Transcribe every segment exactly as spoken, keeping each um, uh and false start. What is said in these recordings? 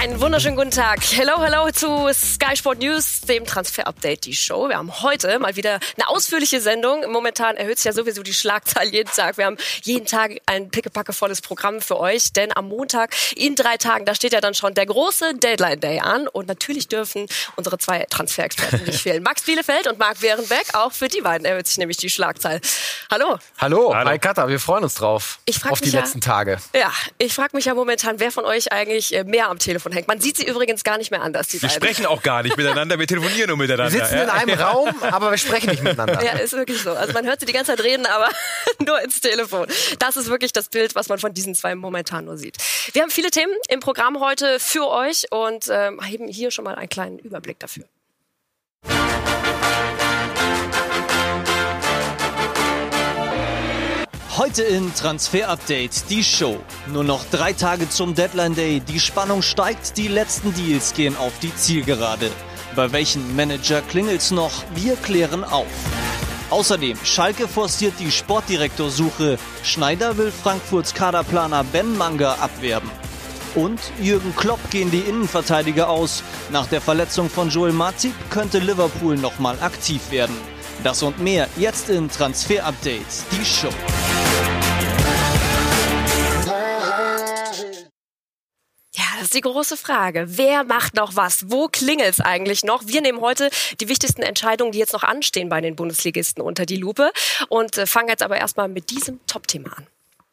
Einen wunderschönen guten Tag. Hello, hello zu Sky Sport News, dem Transfer-Update, die Show. Wir haben heute mal wieder eine ausführliche Sendung. Momentan erhöht sich ja sowieso die Schlagzahl jeden Tag. Wir haben jeden Tag ein pickepackevolles Programm für euch, denn am Montag in drei Tagen, da steht ja dann schon der große Deadline Day an. Und natürlich dürfen unsere zwei Transferexperten nicht fehlen. Max Bielefeld und Marc Werenbeck, auch für die beiden erhöht sich nämlich die Schlagzahl. Hallo. Hallo, Hallo. Hi Katha, wir freuen uns drauf. Ich frag auf die ja, letzten Tage. Ja, ich frage mich ja momentan, wer von euch eigentlich mehr am Telefon hängt. Man sieht sie übrigens gar nicht mehr anders, die Wir beiden. sprechen auch gar nicht miteinander, wir telefonieren nur miteinander. Wir sitzen ja? in einem Raum, aber wir sprechen nicht miteinander. Ja, ist wirklich so. Also man hört sie die ganze Zeit reden, aber nur ins Telefon. Das ist wirklich das Bild, was man von diesen zwei momentan nur sieht. Wir haben viele Themen im Programm heute für euch und ähm, haben hier schon mal einen kleinen Überblick dafür. Heute in Transfer Update, die Show. Nur noch drei Tage zum Deadline Day. Die Spannung steigt, die letzten Deals gehen auf die Zielgerade. Bei welchem Manager klingelt's noch? Wir klären auf. Außerdem, Schalke forciert die Sportdirektorsuche. Schneider will Frankfurts Kaderplaner Ben Manga abwerben. Und Jürgen Klopp gehen die Innenverteidiger aus. Nach der Verletzung von Joel Matip könnte Liverpool nochmal aktiv werden. Das und mehr jetzt in Transfer Update, die Show. Ja, das ist die große Frage. Wer macht noch was? Wo klingelt's eigentlich noch? Wir nehmen heute die wichtigsten Entscheidungen, die jetzt noch anstehen bei den Bundesligisten, unter die Lupe und äh, fangen jetzt aber erstmal mit diesem Top-Thema an.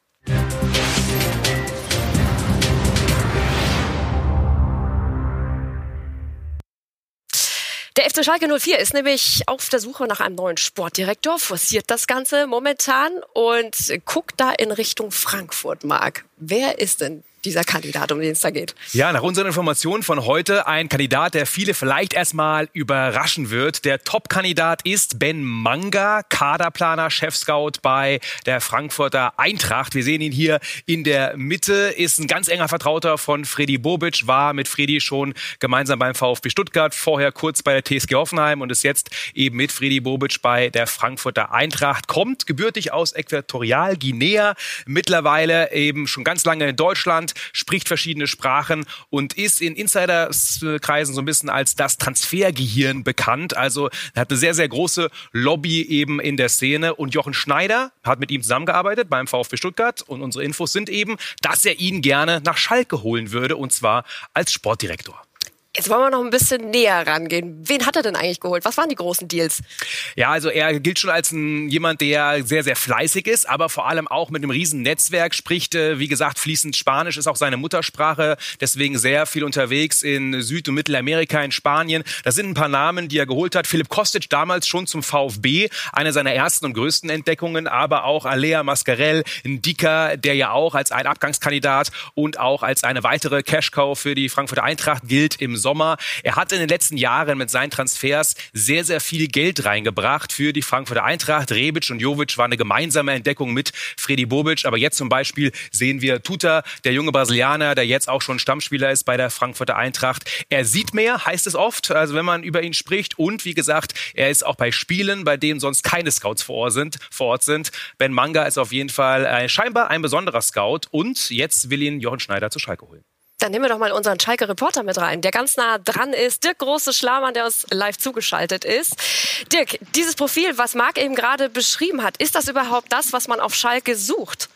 Der F C Schalke null vier ist nämlich auf der Suche nach einem neuen Sportdirektor, forciert das Ganze momentan und guckt da in Richtung Frankfurt, Marc. Wer ist denn dieser Kandidat, um den es da geht? Ja, nach unseren Informationen von heute ein Kandidat, der viele vielleicht erstmal überraschen wird. Der Top-Kandidat ist Ben Manga, Kaderplaner, Chefscout bei der Frankfurter Eintracht. Wir sehen ihn hier in der Mitte, ist ein ganz enger Vertrauter von Fredi Bobic, war mit Fredi schon gemeinsam beim VfB Stuttgart, vorher kurz bei der T S G Hoffenheim und ist jetzt eben mit Fredi Bobic bei der Frankfurter Eintracht. Kommt gebürtig aus Äquatorialguinea, mittlerweile eben schon ganz lange in Deutschland, spricht verschiedene Sprachen und ist in Insiderkreisen so ein bisschen als das Transfergehirn bekannt. Also er hat eine sehr, sehr große Lobby eben in der Szene. Und Jochen Schneider hat mit ihm zusammengearbeitet beim VfB Stuttgart. Und unsere Infos sind eben, dass er ihn gerne nach Schalke holen würde, und zwar als Sportdirektor. Jetzt wollen wir noch ein bisschen näher rangehen. Wen hat er denn eigentlich geholt? Was waren die großen Deals? Ja, also er gilt schon als ein, jemand, der sehr, sehr fleißig ist, aber vor allem auch mit einem riesen Netzwerk, spricht, wie gesagt, fließend Spanisch, ist auch seine Muttersprache, deswegen sehr viel unterwegs in Süd- und Mittelamerika, in Spanien. Das sind ein paar Namen, die er geholt hat. Philipp Kostic damals schon zum VfB, eine seiner ersten und größten Entdeckungen, aber auch Alea Mascarell, Ndika, der ja auch als ein Abgangskandidat und auch als eine weitere Cash-Cow für die Frankfurter Eintracht gilt im Sommer. Er hat in den letzten Jahren mit seinen Transfers sehr, sehr viel Geld reingebracht für die Frankfurter Eintracht. Rebic und Jovic war eine gemeinsame Entdeckung mit Fredi Bobic. Aber jetzt zum Beispiel sehen wir Tuta, der junge Brasilianer, der jetzt auch schon Stammspieler ist bei der Frankfurter Eintracht. Er sieht mehr, heißt es oft, also wenn man über ihn spricht. Und wie gesagt, er ist auch bei Spielen, bei denen sonst keine Scouts vor Ort sind. Vor Ort sind. Ben Manga ist auf jeden Fall äh, scheinbar ein besonderer Scout. Und jetzt will ihn Jochen Schneider zu Schalke holen. Dann nehmen wir doch mal unseren Schalke-Reporter mit rein, der ganz nah dran ist. Dirk Große-Schlamann, der uns live zugeschaltet ist. Dirk, dieses Profil, was Marc eben gerade beschrieben hat, ist das überhaupt das, was man auf Schalke sucht?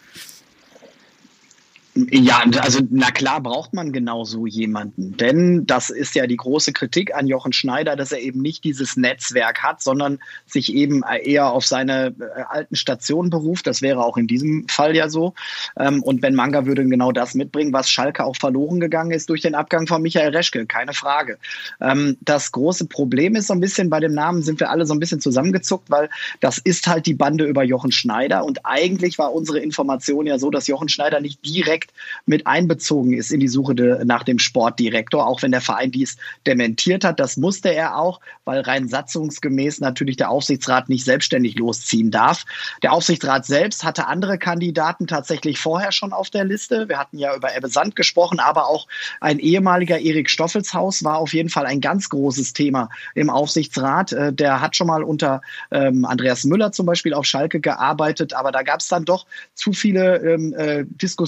Ja, also na klar braucht man genau so jemanden, denn das ist ja die große Kritik an Jochen Schneider, dass er eben nicht dieses Netzwerk hat, sondern sich eben eher auf seine äh, alten Stationen beruft. Das wäre auch in diesem Fall ja so. Ähm, und Ben Manga würde genau das mitbringen, was Schalke auch verloren gegangen ist durch den Abgang von Michael Reschke, keine Frage. Ähm, das große Problem ist so ein bisschen, bei dem Namen sind wir alle so ein bisschen zusammengezuckt, weil das ist halt die Bande über Jochen Schneider und eigentlich war unsere Information ja so, dass Jochen Schneider nicht direkt mit einbezogen ist in die Suche de, nach dem Sportdirektor, auch wenn der Verein dies dementiert hat. Das musste er auch, weil rein satzungsgemäß natürlich der Aufsichtsrat nicht selbstständig losziehen darf. Der Aufsichtsrat selbst hatte andere Kandidaten tatsächlich vorher schon auf der Liste. Wir hatten ja über Ebbe Sand gesprochen, aber auch ein ehemaliger Erik Stoffelshaus war auf jeden Fall ein ganz großes Thema im Aufsichtsrat. Der hat schon mal unter ähm, Andreas Müller zum Beispiel auf Schalke gearbeitet, aber da gab es dann doch zu viele ähm, äh, Diskussionen im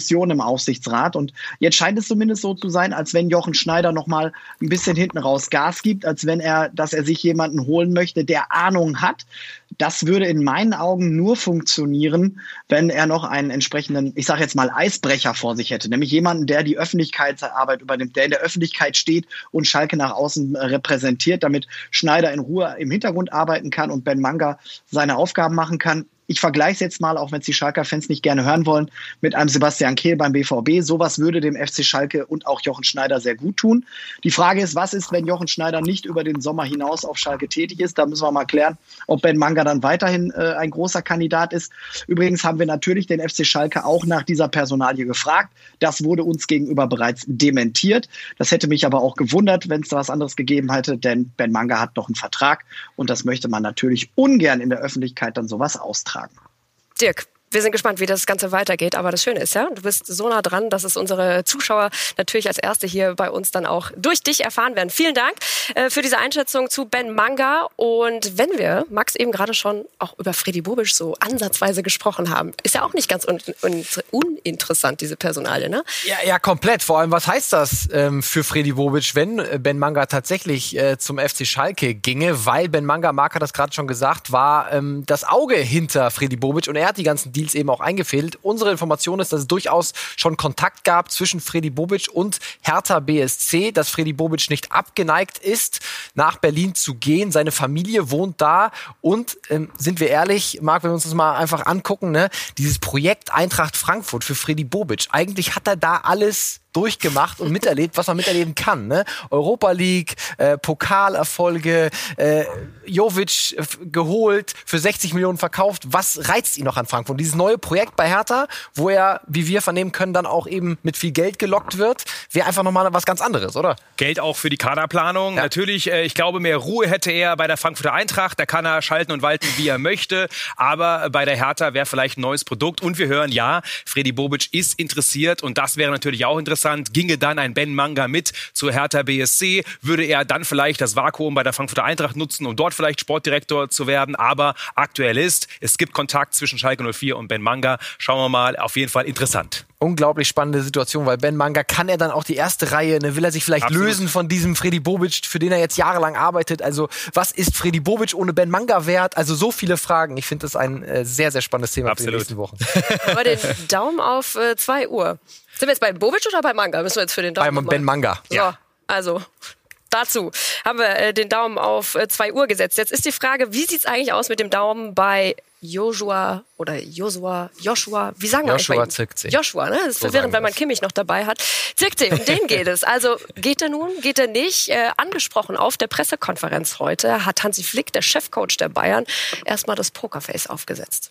Aufsichtsrat. Und jetzt scheint es zumindest so zu sein, als wenn Jochen Schneider noch mal ein bisschen hinten raus Gas gibt, als wenn er, dass er sich jemanden holen möchte, der Ahnung hat. Das würde in meinen Augen nur funktionieren, wenn er noch einen entsprechenden, ich sage jetzt mal, Eisbrecher vor sich hätte. Nämlich jemanden, der die Öffentlichkeitsarbeit übernimmt, der in der Öffentlichkeit steht und Schalke nach außen repräsentiert, damit Schneider in Ruhe im Hintergrund arbeiten kann und Ben Manga seine Aufgaben machen kann. Ich vergleiche es jetzt mal, auch wenn es die Schalker-Fans nicht gerne hören wollen, mit einem Sebastian Kehl beim B V B. Sowas würde dem F C Schalke und auch Jochen Schneider sehr gut tun. Die Frage ist, was ist, wenn Jochen Schneider nicht über den Sommer hinaus auf Schalke tätig ist? Da müssen wir mal klären, ob Ben Manga dann weiterhin äh, ein großer Kandidat ist. Übrigens haben wir natürlich den F C Schalke auch nach dieser Personalie gefragt. Das wurde uns gegenüber bereits dementiert. Das hätte mich aber auch gewundert, wenn es da was anderes gegeben hätte, denn Ben Manga hat noch einen Vertrag und das möchte man natürlich ungern in der Öffentlichkeit dann sowas austragen. Dirk, wir sind gespannt, wie das Ganze weitergeht. Aber das Schöne ist ja, du bist so nah dran, dass es unsere Zuschauer natürlich als Erste hier bei uns dann auch durch dich erfahren werden. Vielen Dank äh, für diese Einschätzung zu Ben Manga. Und wenn wir, Max, eben gerade schon auch über Fredi Bobic so ansatzweise gesprochen haben, ist ja auch nicht ganz un- un- uninteressant, diese Personalie, ne? Ja, ja, komplett. Vor allem, was heißt das ähm, für Fredi Bobic, wenn äh, Ben Manga tatsächlich äh, zum F C Schalke ginge? Weil Ben Manga, Marc hat das gerade schon gesagt, war ähm, das Auge hinter Fredi Bobic und er hat die ganzen Deals eben auch eingefädelt. Unsere Information ist, dass es durchaus schon Kontakt gab zwischen Fredi Bobic und Hertha B S C, dass Fredi Bobic nicht abgeneigt ist, nach Berlin zu gehen. Seine Familie wohnt da und ähm, sind wir ehrlich, Marc, wenn wir uns das mal einfach angucken, ne, dieses Projekt Eintracht Frankfurt für Fredi Bobic, eigentlich hat er da alles durchgemacht und miterlebt, was man miterleben kann. Ne? Europa League, äh, Pokalerfolge, äh, Jovic äh, geholt, für sechzig Millionen verkauft. Was reizt ihn noch an Frankfurt? Und dieses neue Projekt bei Hertha, wo er, wie wir vernehmen können, dann auch eben mit viel Geld gelockt wird, wäre einfach nochmal was ganz anderes, oder? Geld auch für die Kaderplanung. Ja. Natürlich, äh, ich glaube, mehr Ruhe hätte er bei der Frankfurter Eintracht. Da kann er schalten und walten, wie er möchte. Aber bei der Hertha wäre vielleicht ein neues Produkt. Und wir hören, ja, Fredi Bobic ist interessiert. Und das wäre natürlich auch interessant. Ginge dann ein Ben Manga mit zur Hertha B S C, würde er dann vielleicht das Vakuum bei der Frankfurter Eintracht nutzen, um dort vielleicht Sportdirektor zu werden. Aber aktuell ist, es gibt Kontakt zwischen Schalke null vier und Ben Manga. Schauen wir mal, auf jeden Fall interessant. Unglaublich spannende Situation, weil Ben Manga, kann er dann auch die erste Reihe, ne, will er sich vielleicht Absolut. lösen von diesem Fredi Bobic, für den er jetzt jahrelang arbeitet. Also was ist Fredi Bobic ohne Ben Manga wert? Also so viele Fragen. Ich finde das ein äh, sehr, sehr spannendes Thema Absolut. für die nächsten Wochen. Aber den Daumen auf äh, zwei Uhr. Sind wir jetzt bei Bobic oder bei Manga? Müssen wir jetzt für den Daumen Bei Ben Manga. So, ja. Also dazu haben wir äh, den Daumen auf äh, zwei Uhr gesetzt. Jetzt ist die Frage, wie sieht's eigentlich aus mit dem Daumen bei Joshua oder Joshua, Joshua, wie sagen wir eigentlich? Joshua Zirkzee. Joshua, ne? Das ist so verwirrend, wenn man Kimmich noch dabei hat. Zirkzee, um den geht es. Also geht er nun, geht er nicht? Äh, angesprochen auf der Pressekonferenz heute hat Hansi Flick, der Chefcoach der Bayern, erstmal das Pokerface aufgesetzt.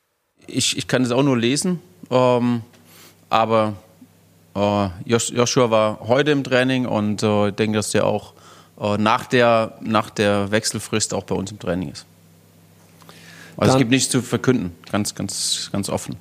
Ich, ich kann es auch nur lesen, ähm, aber äh, Joshua war heute im Training und äh, ich denke, dass der auch äh, nach, der, nach der Wechselfrist auch bei uns im Training ist. Also Dann, es gibt nichts zu verkünden, ganz, ganz, ganz offen.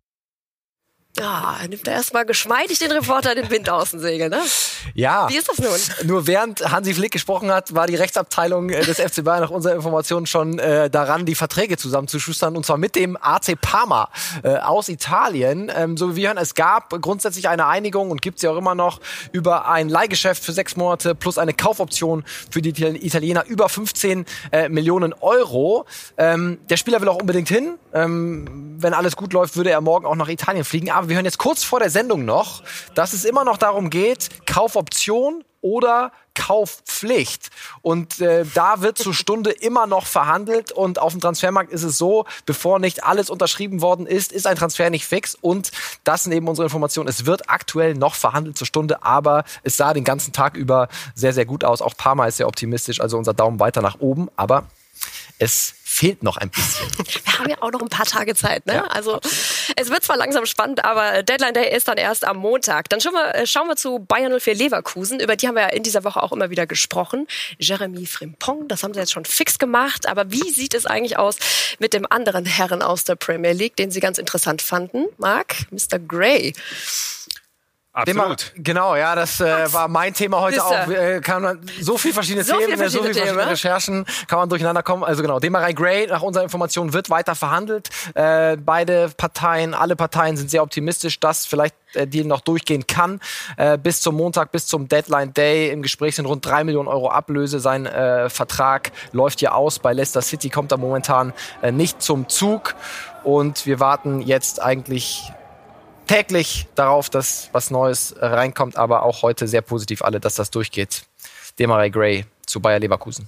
Ja, ah, nimmt er erstmal geschmeidig den Reporter den Wind aus dem Segel, ne? Ja. Wie ist das nun? Nur während Hansi Flick gesprochen hat, war die Rechtsabteilung des F C Bayern nach unserer Information schon äh, daran, die Verträge zusammenzuschustern, und zwar mit dem A C Parma äh, aus Italien. Ähm, so wie wir hören, es gab grundsätzlich eine Einigung und gibt sie auch immer noch über ein Leihgeschäft für sechs Monate plus eine Kaufoption für die Italiener über fünfzehn äh, Millionen Euro. Ähm, der Spieler will auch unbedingt hin. Ähm, wenn alles gut läuft, würde er morgen auch nach Italien fliegen. Aber wir hören jetzt kurz vor der Sendung noch, dass es immer noch darum geht, Kaufoption oder Kaufpflicht. Und äh, da wird zur Stunde immer noch verhandelt. Und auf dem Transfermarkt ist es so, bevor nicht alles unterschrieben worden ist, ist ein Transfer nicht fix. Und das sind eben unsere Informationen. Es wird aktuell noch verhandelt zur Stunde, aber es sah den ganzen Tag über sehr, sehr gut aus. Auch Parma ist sehr optimistisch, also unser Daumen weiter nach oben. Aber es fehlt noch ein bisschen. Wir haben ja auch noch ein paar Tage Zeit, ne? Ja, also absolut. Es wird zwar langsam spannend, aber Deadline Day ist dann erst am Montag. Dann schauen wir, schauen wir zu Bayer null vier Leverkusen. Über die haben wir ja in dieser Woche auch immer wieder gesprochen. Jeremy Frimpong, das haben sie jetzt schon fix gemacht. Aber wie sieht es eigentlich aus mit dem anderen Herren aus der Premier League, den Sie ganz interessant fanden? Marc, Mister Gray. Absolut. Thema, genau, ja, das äh, war mein Thema heute Siehste. auch. Äh, kann man, so viele verschiedene So Themen, viel verschiedene so viele Themen, verschiedene ne? Recherchen, kann man durcheinander kommen. Also genau, Demarai Gray, nach unserer Information, wird weiter verhandelt. Äh, beide Parteien, alle Parteien sind sehr optimistisch, dass vielleicht der Deal noch durchgehen kann. Äh, bis zum Montag, bis zum Deadline Day. Im Gespräch sind rund drei Millionen Euro Ablöse. Sein äh, Vertrag läuft ja aus. Bei Leicester City kommt er momentan äh, nicht zum Zug. Und wir warten jetzt eigentlich täglich darauf, dass was Neues reinkommt, aber auch heute sehr positiv alle, dass das durchgeht. Demarai Gray zu Bayer Leverkusen.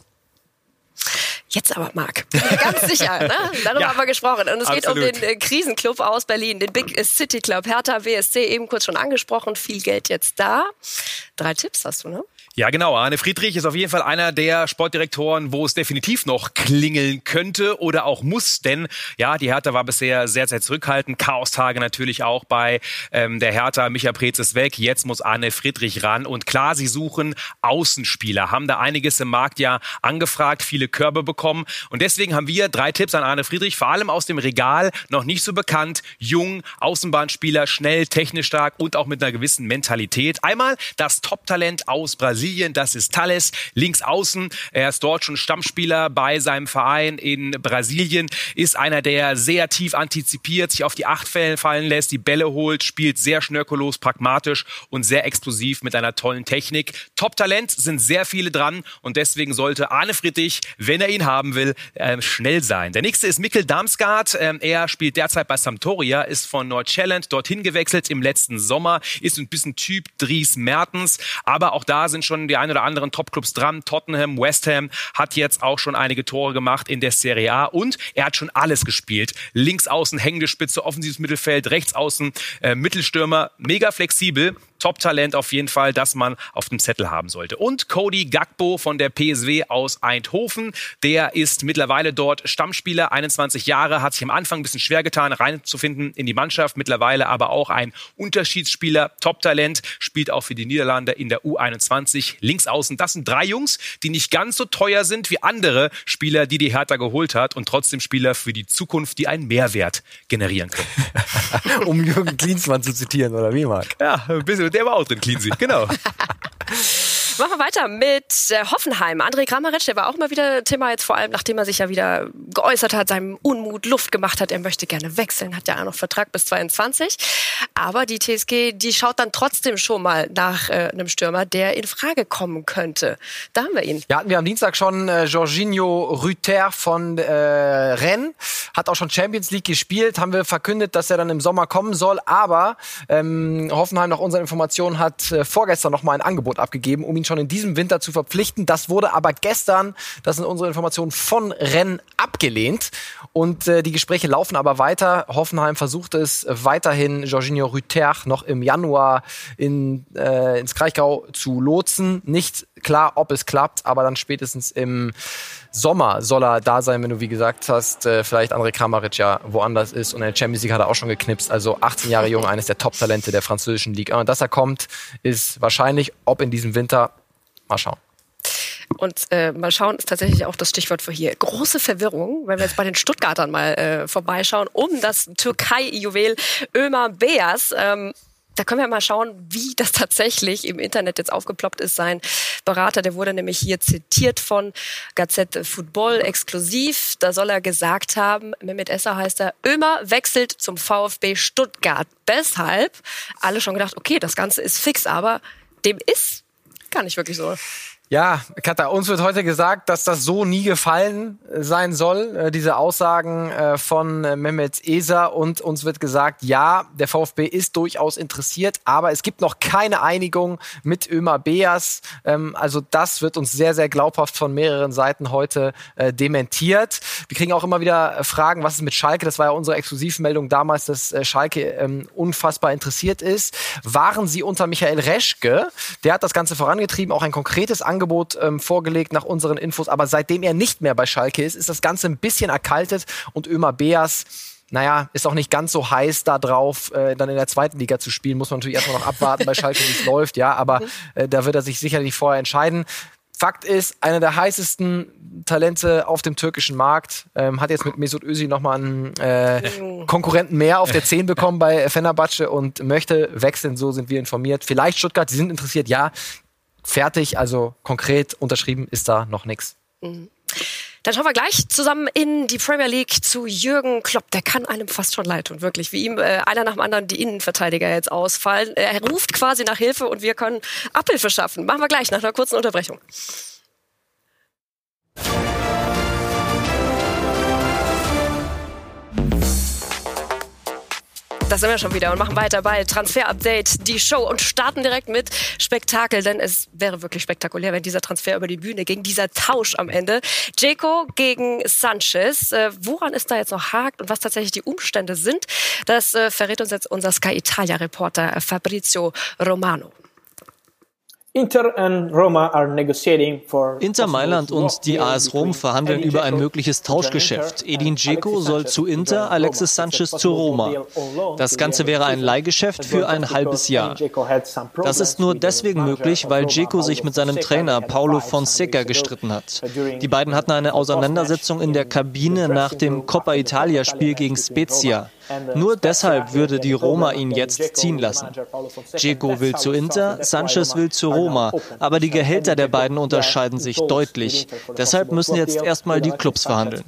Jetzt aber, Marc, ganz sicher, ne? Darüber Ja, haben wir gesprochen. Und es geht absolut. um den äh, Krisenclub aus Berlin, den Big City Club. Hertha B S C, eben kurz schon angesprochen, viel Geld jetzt da. Drei Tipps hast du, ne? Ja, genau. Arne Friedrich ist auf jeden Fall einer der Sportdirektoren, wo es definitiv noch klingeln könnte oder auch muss. Denn ja, die Hertha war bisher sehr, sehr zurückhaltend. Chaostage natürlich auch bei ähm, der Hertha. Micha Preetz ist weg. Jetzt muss Arne Friedrich ran. Und klar, sie suchen Außenspieler. Haben da einiges im Markt ja angefragt, viele Körbe bekommen. Und deswegen haben wir drei Tipps an Arne Friedrich, vor allem aus dem Regal, noch nicht so bekannt. Jung, Außenbahnspieler, schnell, technisch stark und auch mit einer gewissen Mentalität. Einmal das Top-Talent aus Brasilien. Das ist Thales, links außen. Er ist dort schon Stammspieler bei seinem Verein in Brasilien. Ist einer, der sehr tief antizipiert, sich auf die Acht fallen lässt, die Bälle holt, spielt sehr schnörkellos, pragmatisch und sehr explosiv mit einer tollen Technik. Top-Talent, sind sehr viele dran und deswegen sollte Arne Friedrich, wenn er ihn haben will, äh, schnell sein. Der nächste ist Mikkel Damsgaard. Ähm, er spielt derzeit bei Sampdoria, ist von Nordsjælland dorthin gewechselt im letzten Sommer, ist ein bisschen Typ Dries Mertens, aber auch da sind schon die ein oder anderen Topclubs dran. Tottenham, West Ham hat jetzt auch schon einige Tore gemacht in der Serie A und er hat schon alles gespielt. Links außen, hängende Spitze, offensives Mittelfeld, rechts außen, äh, Mittelstürmer, mega flexibel. Top-Talent auf jeden Fall, das man auf dem Zettel haben sollte. Und Cody Gakpo von der P S W aus Eindhoven, der ist mittlerweile dort Stammspieler, einundzwanzig Jahre, hat sich am Anfang ein bisschen schwer getan, reinzufinden in die Mannschaft, mittlerweile aber auch ein Unterschiedsspieler, Top-Talent, spielt auch für die Niederlande in der U einundzwanzig, links außen. Das sind drei Jungs, die nicht ganz so teuer sind wie andere Spieler, die die Hertha geholt hat und trotzdem Spieler für die Zukunft, die einen Mehrwert generieren können. Um Jürgen Klinsmann zu zitieren, oder wie, Marc? Ja, ein bisschen. Der war auch drin, Cleansy, genau. Machen wir weiter mit äh, Hoffenheim. André Kramaric, der war auch mal wieder Thema, jetzt vor allem, nachdem er sich ja wieder geäußert hat, seinem Unmut Luft gemacht hat. Er möchte gerne wechseln, hat ja auch noch Vertrag bis zweiundzwanzig. Aber die T S G, die schaut dann trotzdem schon mal nach äh, einem Stürmer, der in Frage kommen könnte. Da haben wir ihn. Ja, hatten wir am Dienstag schon äh, Jorginho Rüther von äh, Rennes. Hat auch schon Champions League gespielt. Haben wir verkündet, dass er dann im Sommer kommen soll. Aber ähm, Hoffenheim, nach unseren Informationen, hat äh, vorgestern noch mal ein Angebot abgegeben, um ihn schon in diesem Winter zu verpflichten. Das wurde aber gestern, das sind unsere Informationen, von Rennes abgelehnt. Und äh, die Gespräche laufen aber weiter. Hoffenheim versucht es weiterhin, Jorginho Rüther noch im Januar in, äh, ins Kraichgau zu lotsen. Nicht klar, ob es klappt, aber dann spätestens im Sommer soll er da sein, wenn du, wie gesagt hast, äh, vielleicht André Kramaric ja woanders ist. Und in der Champions League hat er auch schon geknipst. Also achtzehn Jahre jung, eines der Top-Talente der französischen Liga. Und dass er kommt, ist wahrscheinlich, ob in diesem Winter, mal schauen. Und äh, mal schauen ist tatsächlich auch das Stichwort für hier. Große Verwirrung, wenn wir jetzt bei den Stuttgartern mal äh, vorbeischauen, um das Türkei-Juwel Ömer Beyaz. Ähm, Da können wir mal schauen, wie das tatsächlich im Internet jetzt aufgeploppt ist. Sein Berater, der wurde nämlich hier zitiert von Gazette Football exklusiv. Da soll er gesagt haben, Mehmet Esser heißt er, Ömer wechselt zum VfB Stuttgart. Deshalb alle schon gedacht, okay, das Ganze ist fix, aber dem ist gar nicht wirklich so. Ja, Katha, uns wird heute gesagt, dass das so nie gefallen sein soll, äh, diese Aussagen äh, von äh, Mehmet Eser. Und uns wird gesagt, ja, der VfB ist durchaus interessiert, aber es gibt noch keine Einigung mit Ömer Beyaz. Ähm, also das wird uns sehr, sehr glaubhaft von mehreren Seiten heute äh, dementiert. Wir kriegen auch immer wieder Fragen, was ist mit Schalke? Das war ja unsere Exklusivmeldung damals, dass äh, Schalke ähm, unfassbar interessiert ist. Waren sie unter Michael Reschke? Der hat das Ganze vorangetrieben, auch ein konkretes Angebot Angebot ähm, vorgelegt nach unseren Infos, aber seitdem er nicht mehr bei Schalke ist, ist das Ganze ein bisschen erkaltet und Ömer Beyaz, naja, ist auch nicht ganz so heiß da drauf, äh, dann in der zweiten Liga zu spielen, muss man natürlich erstmal noch abwarten bei Schalke, wie es läuft, ja, aber äh, da wird er sich sicherlich vorher entscheiden. Fakt ist, einer der heißesten Talente auf dem türkischen Markt, ähm, hat jetzt mit Mesut Özil nochmal einen äh, Konkurrenten mehr auf der zehn bekommen bei Fenerbahce und möchte wechseln, so sind wir informiert. Vielleicht Stuttgart, sie sind interessiert, ja, fertig, also konkret unterschrieben ist da noch nichts. Mhm. Dann schauen wir gleich zusammen in die Premier League zu Jürgen Klopp. Der kann einem fast schon leid tun, wirklich. Wie ihm äh, einer nach dem anderen die Innenverteidiger jetzt ausfallen. Er ruft quasi nach Hilfe und wir können Abhilfe schaffen. Machen wir gleich nach einer kurzen Unterbrechung. Da sind wir schon wieder und machen weiter bei Transfer Update, die Show, und starten direkt mit Spektakel, denn es wäre wirklich spektakulär, wenn dieser Transfer über die Bühne ging, dieser Tausch am Ende. Dzeko gegen Sanchez. Äh, woran es da jetzt noch hakt und was tatsächlich die Umstände sind, das äh, verrät uns jetzt unser Sky Italia-Reporter Fabrizio Romano. Inter and Roma are negotiating for Inter Mailand und die A S Rom verhandeln über ein mögliches Tauschgeschäft. Edin Dzeko soll zu Inter, Alexis Sanchez zu Roma. Das Ganze wäre ein Leihgeschäft für ein halbes Jahr. Das ist nur deswegen möglich, weil Dzeko sich mit seinem Trainer Paulo Fonseca gestritten hat. Die beiden hatten eine Auseinandersetzung in der Kabine nach dem Coppa Italia-Spiel gegen Spezia. Nur deshalb würde die Roma ihn jetzt ziehen lassen. Dzeko will zu Inter, Sanchez will zu Roma, aber die Gehälter der beiden unterscheiden sich deutlich. Deshalb müssen jetzt erstmal die Clubs verhandeln.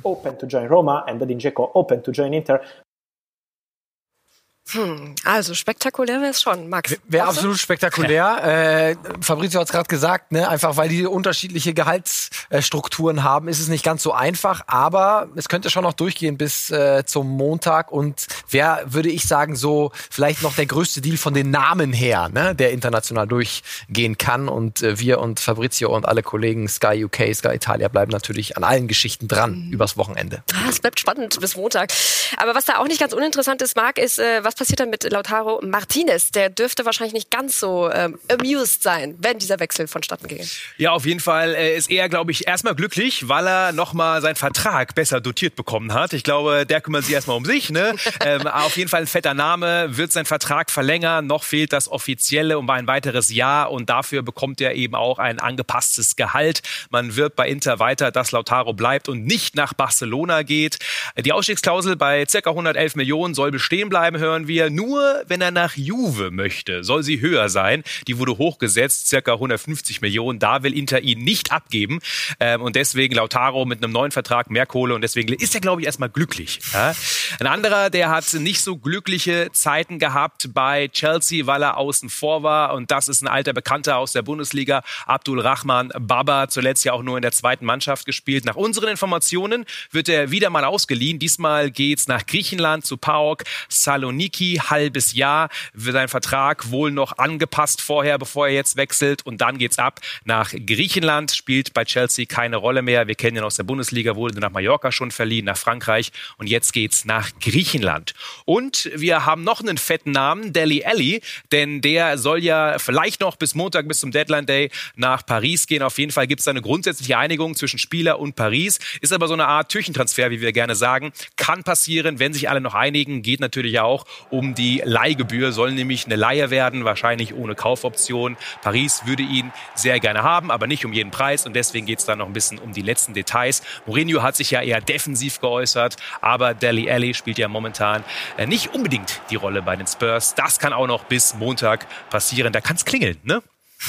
Hm, also spektakulär wäre es schon, Max. Wäre absolut spektakulär. Äh, Fabrizio hat es gerade gesagt, ne? Einfach weil die unterschiedliche Gehaltsstrukturen haben, ist es nicht ganz so einfach. Aber es könnte schon noch durchgehen bis äh, zum Montag. Und wäre, würde ich sagen, so vielleicht noch der größte Deal von den Namen her, ne? Der international durchgehen kann. Und äh, wir und Fabrizio und alle Kollegen Sky U K, Sky Italia bleiben natürlich an allen Geschichten dran mhm. übers Wochenende. Ah, es bleibt spannend bis Montag. Aber was da auch nicht ganz uninteressant ist, Marc, ist, äh, was passiert dann mit Lautaro Martinez? Der dürfte wahrscheinlich nicht ganz so ähm, amused sein, wenn dieser Wechsel vonstatten ginge. Ja, auf jeden Fall äh, ist er, glaube ich, erstmal glücklich, weil er nochmal seinen Vertrag besser dotiert bekommen hat. Ich glaube, der kümmert sich erstmal um sich. Ne? ähm, auf jeden Fall ein fetter Name, wird sein Vertrag verlängern. Noch fehlt das Offizielle um ein weiteres Jahr und dafür bekommt er eben auch ein angepasstes Gehalt. Man wirbt bei Inter weiter, dass Lautaro bleibt und nicht nach Barcelona geht. Die Ausstiegsklausel bei ca. hundertelf Millionen soll bestehen bleiben, hören wir. Nur wenn er nach Juve möchte, soll sie höher sein. Die wurde hochgesetzt, ca. hundertfünfzig Millionen. Da will Inter ihn nicht abgeben. Ähm, und deswegen Lautaro mit einem neuen Vertrag mehr Kohle. Und deswegen ist er, glaube ich, erstmal glücklich. Ja? Ein anderer, der hat nicht so glückliche Zeiten gehabt bei Chelsea, weil er außen vor war. Und das ist ein alter Bekannter aus der Bundesliga, Abdulrahman Baba. Zuletzt ja auch nur in der zweiten Mannschaft gespielt. Nach unseren Informationen wird er wieder mal ausgeliehen. Diesmal geht's nach Griechenland zu PAOK Saloniki. Halbes Jahr wird sein Vertrag wohl noch angepasst vorher, bevor er jetzt wechselt. Und dann geht's ab nach Griechenland. Spielt bei Chelsea keine Rolle mehr. Wir kennen ihn aus der Bundesliga, wurde nach Mallorca schon verliehen, nach Frankreich. Und jetzt geht's nach Griechenland. Und wir haben noch einen fetten Namen, Dele Alli. Denn der soll ja vielleicht noch bis Montag, bis zum Deadline Day nach Paris gehen. Auf jeden Fall gibt's da eine grundsätzliche Einigung zwischen Spieler und Paris. Ist aber so eine Art Türchentransfer, wie wir gerne sagen. Kann passieren, wenn sich alle noch einigen. Geht natürlich auch um die Leihgebühr, soll nämlich eine Leihe werden, wahrscheinlich ohne Kaufoption. Paris würde ihn sehr gerne haben, aber nicht um jeden Preis und deswegen geht es dann noch ein bisschen um die letzten Details. Mourinho hat sich ja eher defensiv geäußert, aber Dele Alli spielt ja momentan nicht unbedingt die Rolle bei den Spurs. Das kann auch noch bis Montag passieren, da kann es klingeln, ne?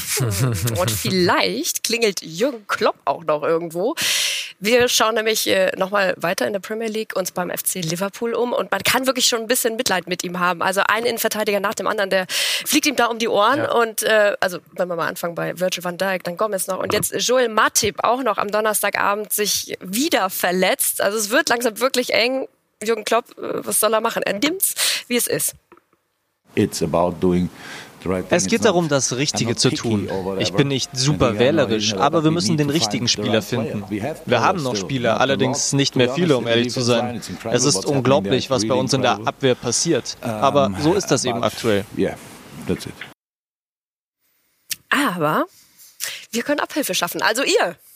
Und vielleicht klingelt Jürgen Klopp auch noch irgendwo. Wir schauen nämlich äh, nochmal weiter in der Premier League uns beim F C Liverpool um und man kann wirklich schon ein bisschen Mitleid mit ihm haben. Also ein Innenverteidiger nach dem anderen, der fliegt ihm da um die Ohren ja. und äh, also wenn wir mal anfangen bei Virgil van Dijk, dann Gomez noch und jetzt Joel Matip auch noch am Donnerstagabend sich wieder verletzt. Also es wird langsam wirklich eng. Jürgen Klopp, äh, was soll er machen? Er nimmt's, wie es ist. It's about doing Es geht darum, das Richtige zu tun. Ich bin nicht super wählerisch, aber wir müssen den richtigen Spieler finden. Wir haben noch Spieler, allerdings nicht mehr viele, um ehrlich zu sein. Es ist unglaublich, was bei uns in der Abwehr passiert. Aber so ist das eben aktuell. Aber wir können Abhilfe schaffen. Also ihr,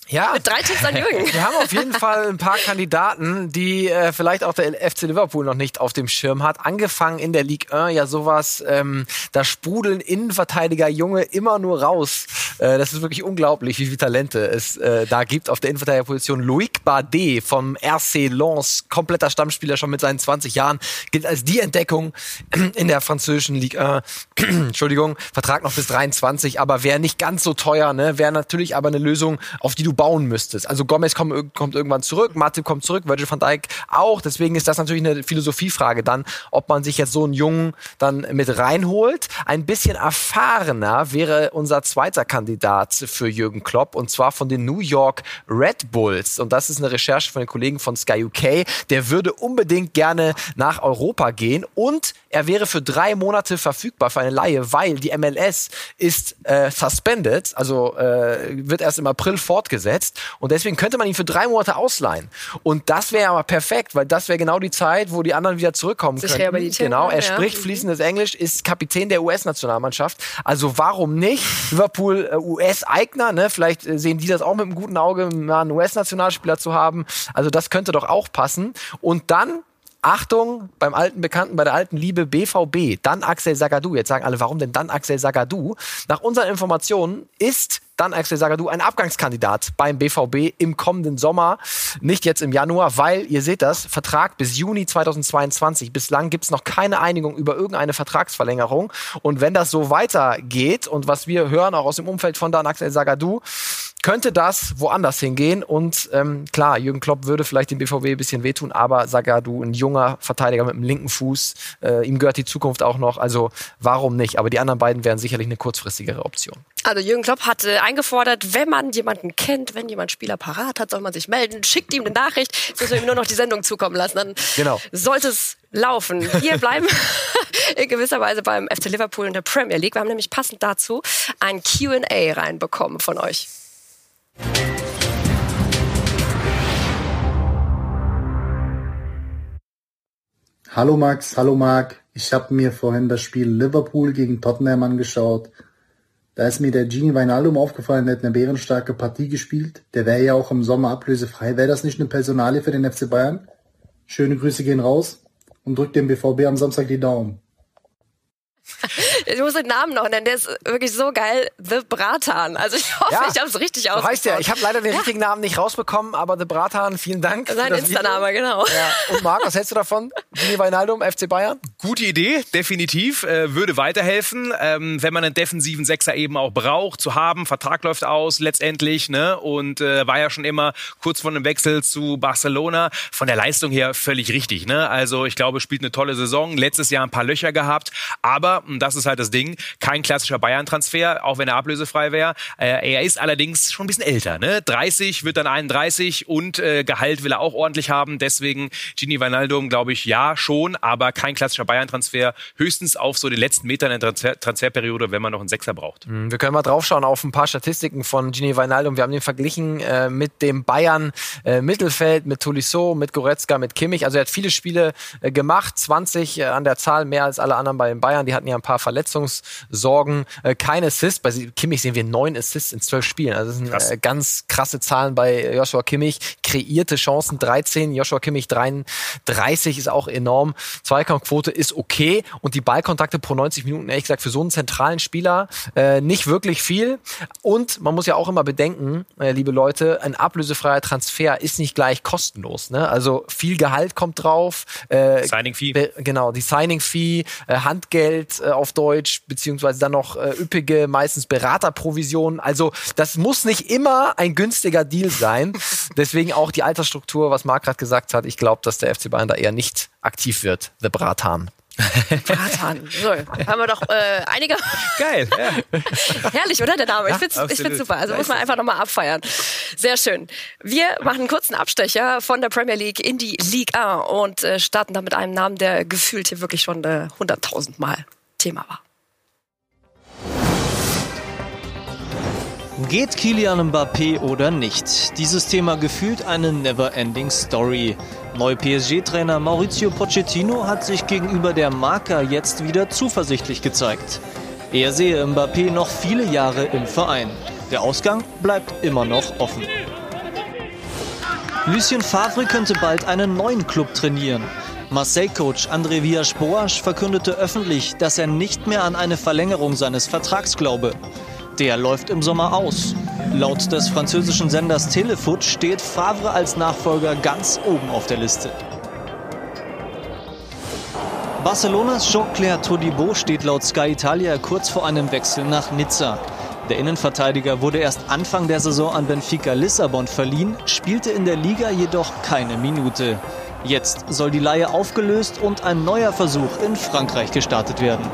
Ja. Mit drei Tipps an Jürgen. Wir haben auf jeden Fall ein paar Kandidaten, die äh, vielleicht auch der F C Liverpool noch nicht auf dem Schirm hat. Angefangen in der Ligue eins, ja sowas, ähm, da sprudeln Innenverteidiger Junge immer nur raus. Äh, das ist wirklich unglaublich, wie viele Talente es äh, da gibt auf der Innenverteidigerposition. Loic Bardet vom R C Lens, kompletter Stammspieler schon mit seinen zwanzig Jahren, gilt als die Entdeckung in der französischen Ligue eins. Entschuldigung, Vertrag noch bis dreiundzwanzig, aber wäre nicht ganz so teuer, ne? Wäre natürlich aber eine Lösung, auf die du bauen müsstest. Also Gomez kommt, kommt irgendwann zurück, Matip kommt zurück, Virgil van Dijk auch. Deswegen ist das natürlich eine Philosophiefrage dann, ob man sich jetzt so einen Jungen dann mit reinholt. Ein bisschen erfahrener wäre unser zweiter Kandidat für Jürgen Klopp, und zwar von den New York Red Bulls. Und das ist eine Recherche von den Kollegen von Sky U K. Der würde unbedingt gerne nach Europa gehen und er wäre für drei Monate verfügbar für eine Leihe, weil die M L S ist äh, suspended, also äh, wird erst im April fortgesetzt. Und deswegen könnte man ihn für drei Monate ausleihen. Und das wäre aber perfekt, weil das wäre genau die Zeit, wo die anderen wieder zurückkommen Sich könnten. Genau, er ja. spricht fließendes Englisch, ist Kapitän der U S-Nationalmannschaft. Also warum nicht? Liverpool äh, U S-Eigner, ne? Vielleicht äh, sehen die das auch mit einem guten Auge, mal einen U S-Nationalspieler zu haben. Also das könnte doch auch passen. Und dann Achtung, beim alten Bekannten, bei der alten Liebe B V B, dann Axel Zagadou. Jetzt sagen alle, warum denn dann Axel Zagadou? Nach unseren Informationen ist dann Axel Zagadou ein Abgangskandidat beim B V B im kommenden Sommer, nicht jetzt im Januar, weil, ihr seht das, Vertrag bis Juni zweitausendzweiundzwanzig. Bislang gibt's noch keine Einigung über irgendeine Vertragsverlängerung. Und wenn das so weitergeht und was wir hören, auch aus dem Umfeld von dann Axel Zagadou, könnte das woanders hingehen. Und ähm, klar, Jürgen Klopp würde vielleicht dem B V B ein bisschen wehtun, aber Zagadou, ein junger Verteidiger mit dem linken Fuß, äh, ihm gehört die Zukunft auch noch, also warum nicht? Aber die anderen beiden wären sicherlich eine kurzfristigere Option. Also Jürgen Klopp hat äh, eingefordert, wenn man jemanden kennt, wenn jemand Spieler parat hat, soll man sich melden, schickt ihm eine Nachricht, jetzt müssen wir ihm nur noch die Sendung zukommen lassen, dann genau. sollte es laufen. Wir bleiben in gewisser Weise beim F C Liverpool in der Premier League. Wir haben nämlich passend dazu ein Q and A reinbekommen von euch. Hallo Max, hallo Marc. Ich habe mir vorhin das Spiel Liverpool gegen Tottenham angeschaut. Da ist mir der Gini Wijnaldum aufgefallen, der hat eine bärenstarke Partie gespielt. Der wäre ja auch im Sommer ablösefrei. Wäre das nicht eine Personalie für den F C Bayern? Schöne Grüße gehen raus und drückt dem B V B am Samstag die Daumen. Ich muss den Namen noch nennen, der ist wirklich so geil. The Bratan. Also ich hoffe, ja, ich habe es richtig ausgesprochen. Heißt ja, ich habe leider den ja. richtigen Namen nicht rausbekommen, aber The Bratan, vielen Dank. Sein Insta-Name, genau. Ja. Und Marc, was hältst du davon? Gini Wijnaldum, F C Bayern? Gute Idee, definitiv. Äh, würde weiterhelfen, ähm, wenn man einen defensiven Sechser eben auch braucht, zu haben. Vertrag läuft aus letztendlich, ne? Und äh, war ja schon immer kurz vor einem Wechsel zu Barcelona. Von der Leistung her völlig richtig, ne? Also ich glaube, spielt eine tolle Saison. Letztes Jahr ein paar Löcher gehabt, aber und das ist halt das Ding, kein klassischer Bayern-Transfer, auch wenn er ablösefrei wäre. Äh, er ist allerdings schon ein bisschen älter, ne? dreißig, wird dann einunddreißig und äh, Gehalt will er auch ordentlich haben. Deswegen Gini Wijnaldum, glaube ich, ja, schon, aber kein klassischer Bayern-Transfer. Höchstens auf so den letzten Metern der Transfer- Transferperiode, wenn man noch einen Sechser braucht. Wir können mal draufschauen auf ein paar Statistiken von Gini Wijnaldum. Wir haben den verglichen äh, mit dem Bayern-Mittelfeld, äh, mit Tolisso, mit Goretzka, mit Kimmich. Also er hat viele Spiele äh, gemacht, zwanzig äh, an der Zahl, mehr als alle anderen bei den Bayern. Die hatten ja ein paar Verletzungssorgen, äh, kein Assist. Bei Kimmich sehen wir neun Assists in zwölf Spielen. Also das sind Krass. äh, ganz krasse Zahlen bei Joshua Kimmich. Kreierte Chancen dreizehn, Joshua Kimmich dreiunddreißig ist auch enorm. Zweikampfquote ist okay und die Ballkontakte pro neunzig Minuten, ehrlich gesagt, für so einen zentralen Spieler äh, nicht wirklich viel. Und man muss ja auch immer bedenken, äh, liebe Leute, ein ablösefreier Transfer ist nicht gleich kostenlos. Ne? Also viel Gehalt kommt drauf. Äh, Signing-Fee. Be- genau, die Signing-Fee, äh, Handgeld äh, auf Deutsch, beziehungsweise dann noch äh, üppige, meistens Beraterprovisionen. Also das muss nicht immer ein günstiger Deal sein. Deswegen auch die Altersstruktur, was Marc gerade gesagt hat. Ich glaube, dass der F C Bayern da eher nicht aktiv wird. The Bratan. Bratan. So, haben wir doch äh, einige. Geil, ja. Herrlich, oder der Name? Ich find's, ja, ich find's super. Also muss man einfach nochmal abfeiern. Sehr schön. Wir machen einen kurzen Abstecher von der Premier League in die Ligue eins und äh, starten da mit einem Namen, der gefühlt hier wirklich schon äh, hunderttausend Mal Thema war. Geht Kylian Mbappé oder nicht? Dieses Thema gefühlt eine never-ending Story. Neu P S G-Trainer Mauricio Pochettino hat sich gegenüber der Marca jetzt wieder zuversichtlich gezeigt. Er sehe Mbappé noch viele Jahre im Verein. Der Ausgang bleibt immer noch offen. Lucien Favre könnte bald einen neuen Club trainieren. Marseille-Coach André Villas-Boas verkündete öffentlich, dass er nicht mehr an eine Verlängerung seines Vertrags glaube. Der läuft im Sommer aus. Laut des französischen Senders Telefoot steht Favre als Nachfolger ganz oben auf der Liste. Barcelonas Jean-Claire Todibo steht laut Sky Italia kurz vor einem Wechsel nach Nizza. Der Innenverteidiger wurde erst Anfang der Saison an Benfica Lissabon verliehen, spielte in der Liga jedoch keine Minute. Jetzt soll die Leihe aufgelöst und ein neuer Versuch in Frankreich gestartet werden.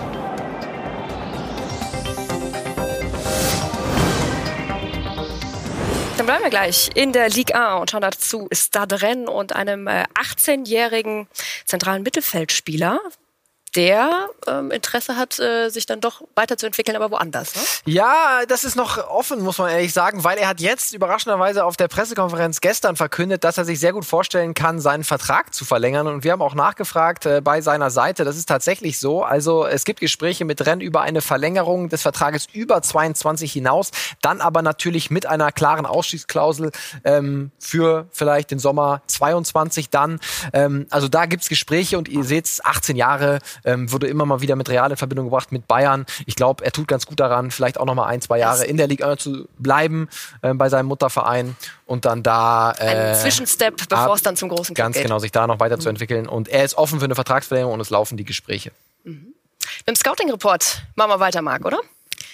Dann bleiben wir gleich in der Ligue eins und schauen dazu Stade Rennes und einem achtzehnjährigen zentralen Mittelfeldspieler, der ähm, Interesse hat, äh, sich dann doch weiterzuentwickeln, aber woanders. Ne? Ja, das ist noch offen, muss man ehrlich sagen, weil er hat jetzt überraschenderweise auf der Pressekonferenz gestern verkündet, dass er sich sehr gut vorstellen kann, seinen Vertrag zu verlängern. Und wir haben auch nachgefragt äh, bei seiner Seite, das ist tatsächlich so. Also es gibt Gespräche mit Rennes über eine Verlängerung des Vertrages über zweiundzwanzig hinaus, dann aber natürlich mit einer klaren Ausstiegsklausel ähm, für vielleicht den Sommer zweiundzwanzig dann. Ähm, also da gibt's Gespräche und ihr seht, achtzehn Jahre, Ähm, wurde immer mal wieder mit Real in Verbindung gebracht, mit Bayern. Ich glaube, er tut ganz gut daran, vielleicht auch noch mal ein, zwei Jahre in der Ligue eins zu bleiben, äh, bei seinem Mutterverein und dann da äh, ein Zwischenstep, bevor es dann zum großen Club ganz geht. Genau, sich da noch weiterzuentwickeln. Und er ist offen für eine Vertragsverlängerung und es laufen die Gespräche. Mhm. Mit dem Scouting-Report machen wir weiter, Marc, oder?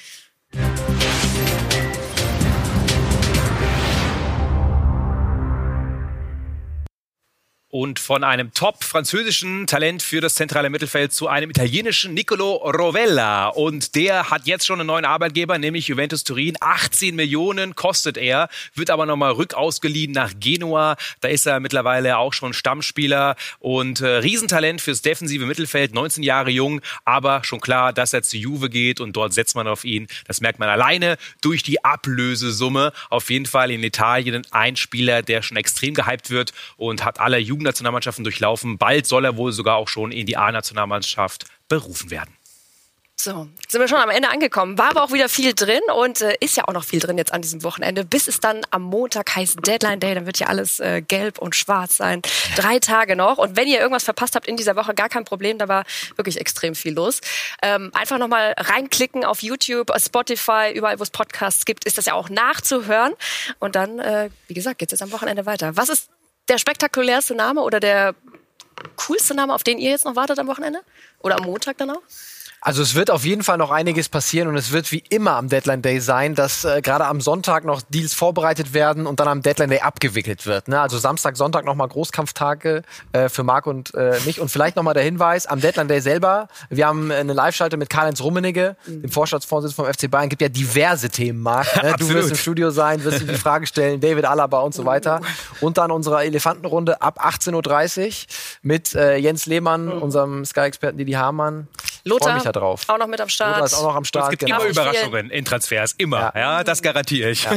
Und von einem top-französischen Talent für das zentrale Mittelfeld zu einem italienischen Nicolo Rovella. Und der hat jetzt schon einen neuen Arbeitgeber, nämlich Juventus Turin. achtzehn Millionen kostet er, wird aber nochmal rückausgeliehen nach Genua. Da ist er mittlerweile auch schon Stammspieler und äh, Riesentalent fürs defensive Mittelfeld, neunzehn Jahre jung, aber schon klar, dass er zu Juve geht und dort setzt man auf ihn. Das merkt man alleine durch die Ablösesumme. Auf jeden Fall in Italien ein Spieler, der schon extrem gehypt wird und hat alle Jugend Nationalmannschaften durchlaufen. Bald soll er wohl sogar auch schon in die A-Nationalmannschaft berufen werden. So, sind wir schon am Ende angekommen. War aber auch wieder viel drin und äh, ist ja auch noch viel drin jetzt an diesem Wochenende. Bis es dann am Montag heißt Deadline Day, dann wird ja alles äh, gelb und schwarz sein. Drei Tage noch. Und wenn ihr irgendwas verpasst habt in dieser Woche, gar kein Problem, da war wirklich extrem viel los. Ähm, einfach nochmal reinklicken auf YouTube, Spotify, überall wo es Podcasts gibt, ist das ja auch nachzuhören. Und dann, äh, wie gesagt, geht's jetzt am Wochenende weiter. Was ist der spektakulärste Name oder der coolste Name, auf den ihr jetzt noch wartet am Wochenende? Oder am Montag dann auch? Also es wird auf jeden Fall noch einiges passieren und es wird wie immer am Deadline Day sein, dass äh, gerade am Sonntag noch Deals vorbereitet werden und dann am Deadline Day abgewickelt wird. Ne? Also Samstag, Sonntag nochmal Großkampftage äh, für Marc und äh, mich. Und vielleicht nochmal der Hinweis, am Deadline Day selber, wir haben eine Live-Schalte mit Karl-Heinz Rummenigge, mhm. dem Vorstandsvorsitzenden vom F C Bayern. Gibt ja diverse Themen, Marc. Ne? Du wirst im Studio sein, wirst ihm die Frage stellen, David Alaba und so weiter. Und dann unsere Elefantenrunde ab achtzehn Uhr dreißig mit äh, Jens Lehmann, mhm. unserem Sky-Experten Didi Hamann. Lothar, da drauf. Auch noch mit am Start. Lothar ist auch noch am Start. Es gibt genau. immer Überraschungen in Transfers, immer. Ja, ja das garantiere ich. Ja.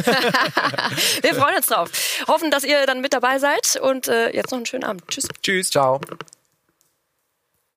Wir freuen uns drauf. Hoffen, dass ihr dann mit dabei seid und äh, jetzt noch einen schönen Abend. Tschüss. Tschüss. Ciao.